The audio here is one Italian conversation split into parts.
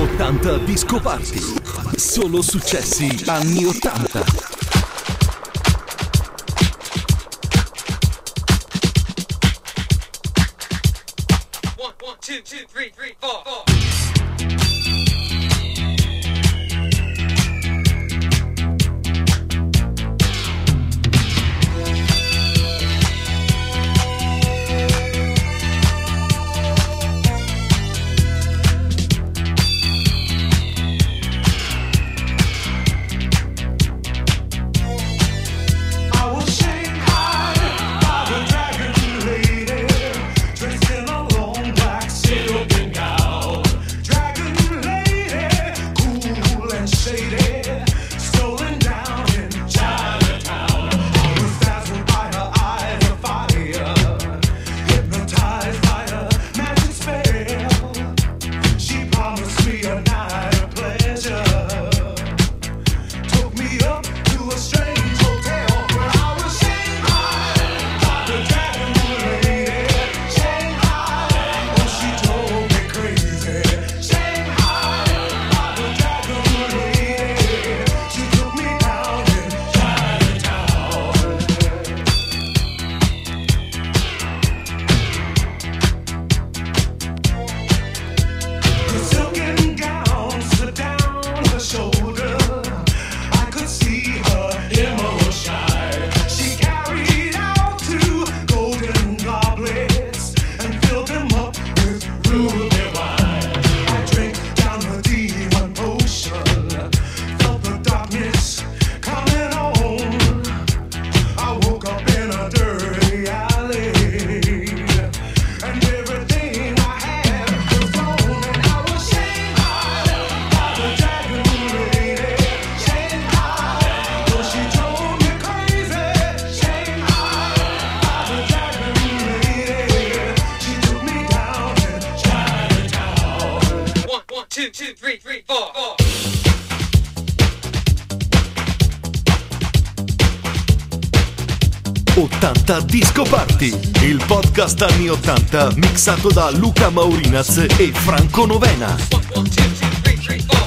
80 Disco Party. Solo successi anni 80. One, two, three, four. Two, three, four. 80 Disco Party, il podcast anni 80 mixato da Luca Maurinaz e Franco Novena. One, two, three, four.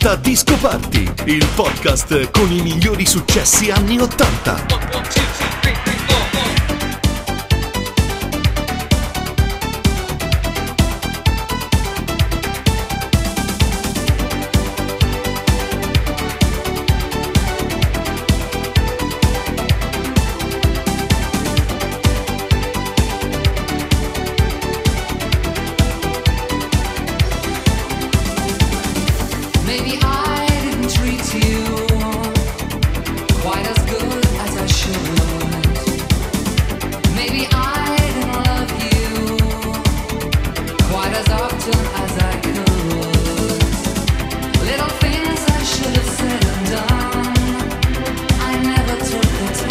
80 Disco Party, il podcast con i migliori successi anni 80. 1, 1, 2, 2, 3, 3, 4. Maybe I didn't treat you quite as good as I should. Maybe I didn't love you quite as often as I could. Little things I should have said and done, I never took the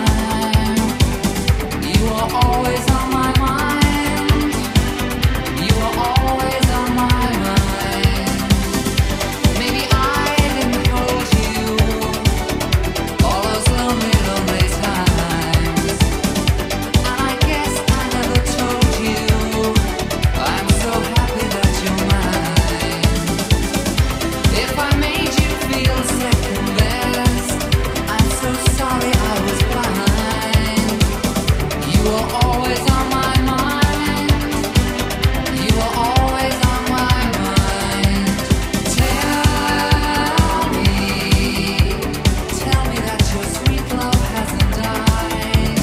time. You were always on my mind. You were always on my mind. Maybe I didn't hold you all those lonely, lonely times. And I guess I never told you I'm so happy that you're mine. If I made you feel second best, I'm so sorry I was blind. You were always on my mind. You were always on my mind. Tell me that your sweet love hasn't died.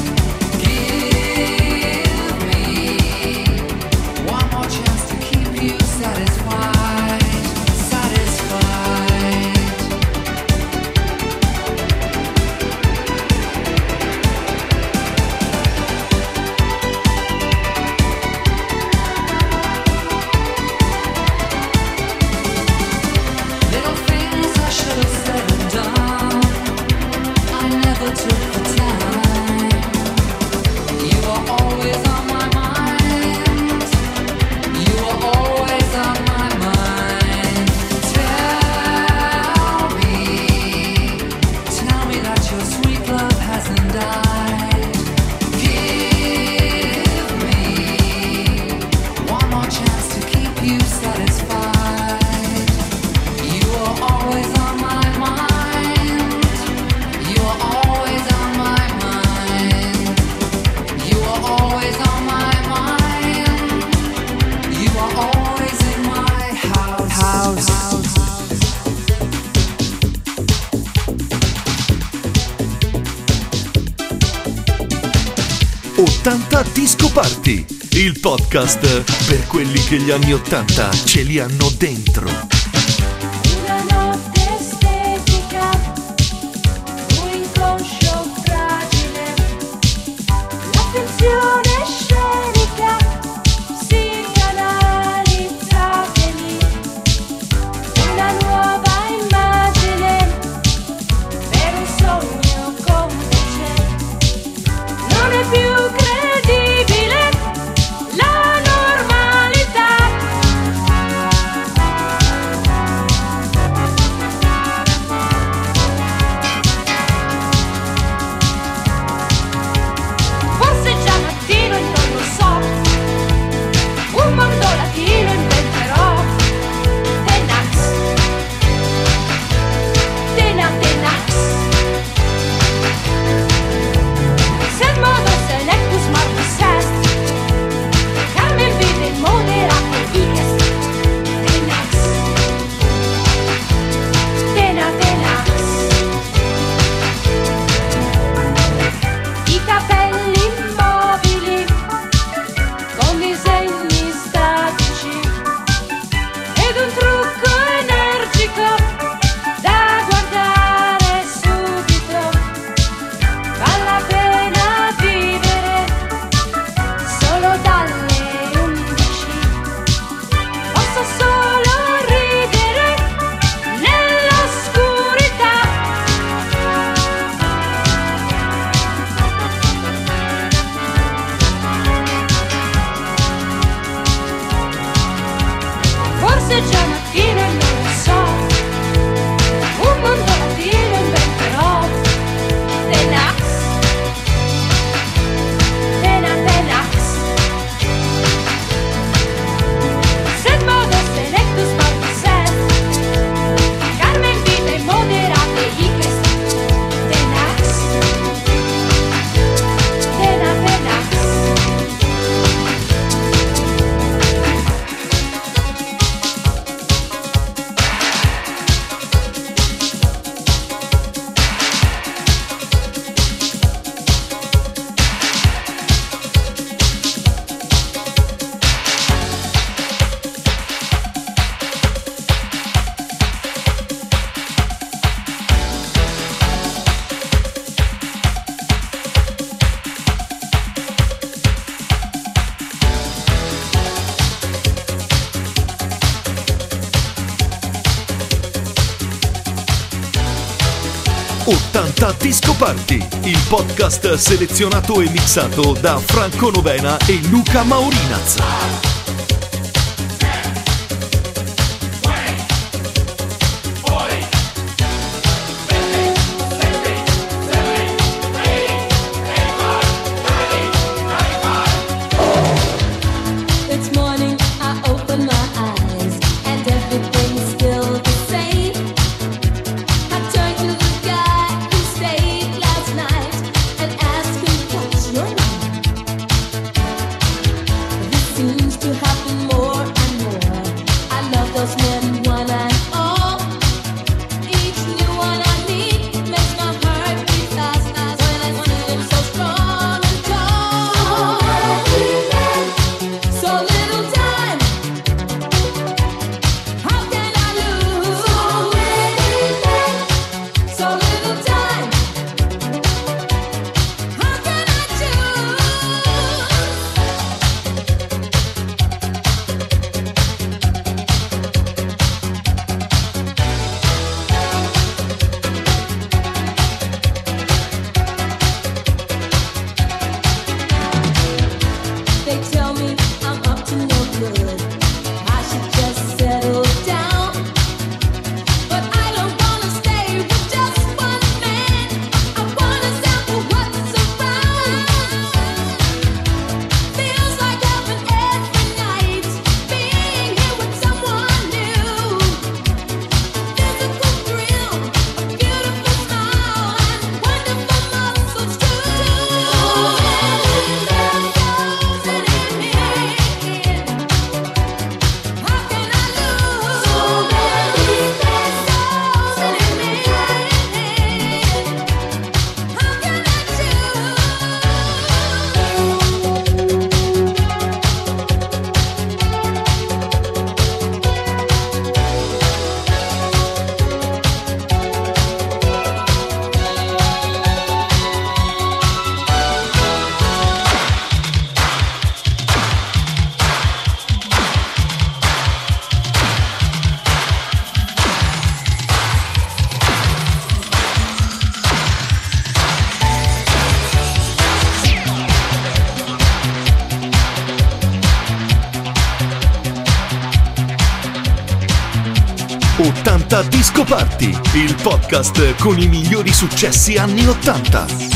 Give me one more chance to keep you satisfied, satisfied. 80 Disco Party, il podcast per quelli che gli anni 80 ce li hanno dentro. Una notte estetica, un inconscio fragile, l'attenzione scenica si canalizza lì, una nuova immagine per un sogno complice, non è più credibile la normalità. Forse già mattino e non lo so, un mondo latino inventerò. Tenax, Tenax. Set modo selectus Marcus Est, Carmen vive in moderato Est. Tenax, Tenax. I capelli immobili con disegni statici ed un trucco energico da guardare subito. Vale la pena vivere solo dalle 11. Posso solo ridere nell'oscurità. Forse già mattino e non lo so, un mondo latino inventerò. Tenax, Tenax. Set modo selectus Marcus Est, 80 Disco Party, il podcast selezionato e mixato da Franco Novena e Luca Maurinaz. It's morning, I open my eyes, and everything's still the same. I turn to the guy who stayed last night and ask him what's your name. This seems to happen more and more. I love those men, one and all. Each new one I meet makes my heart beat fast when I see them so strong and tall. So little time, how can I lose? So little time, how can I choose? They tell me I'm up to no good. I should just settle down. But I don't wanna stay with just one man. I wanna sample what's around. Feels like heaven every night, being here with someone new. Physical thrill, a beautiful smile, and wonderful muscles too. How can I lose? So many souls in me. How can I choose? 80 Disco Party, il podcast con i migliori successi anni 80.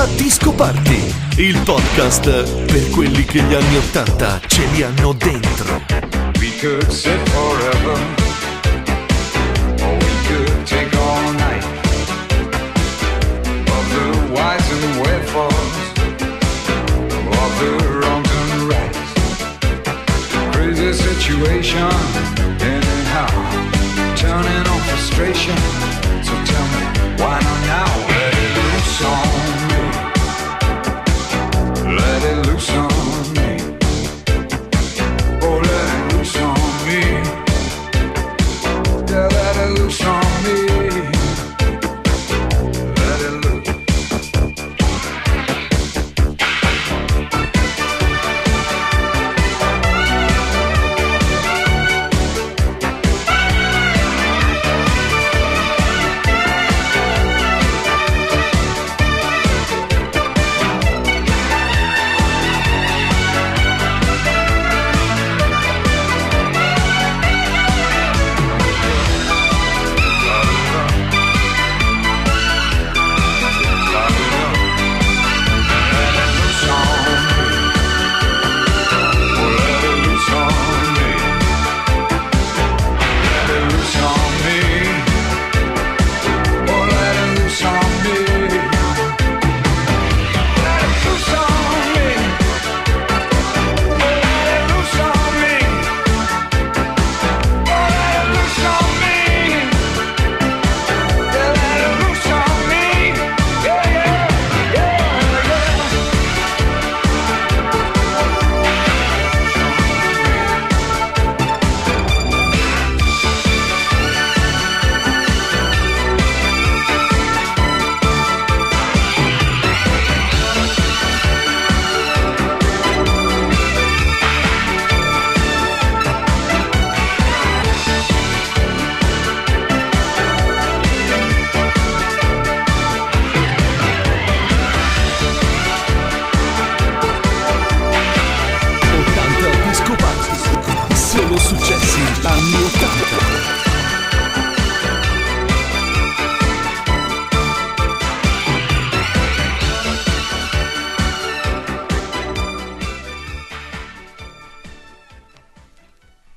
90 Disco Party, il podcast per quelli che gli anni 80 ce li hanno dentro. We could sit forever, or we could take all night of the whys and wherefores, of the wrongs and rights. Crazy situation, anyhow, turning on frustration. So tell me,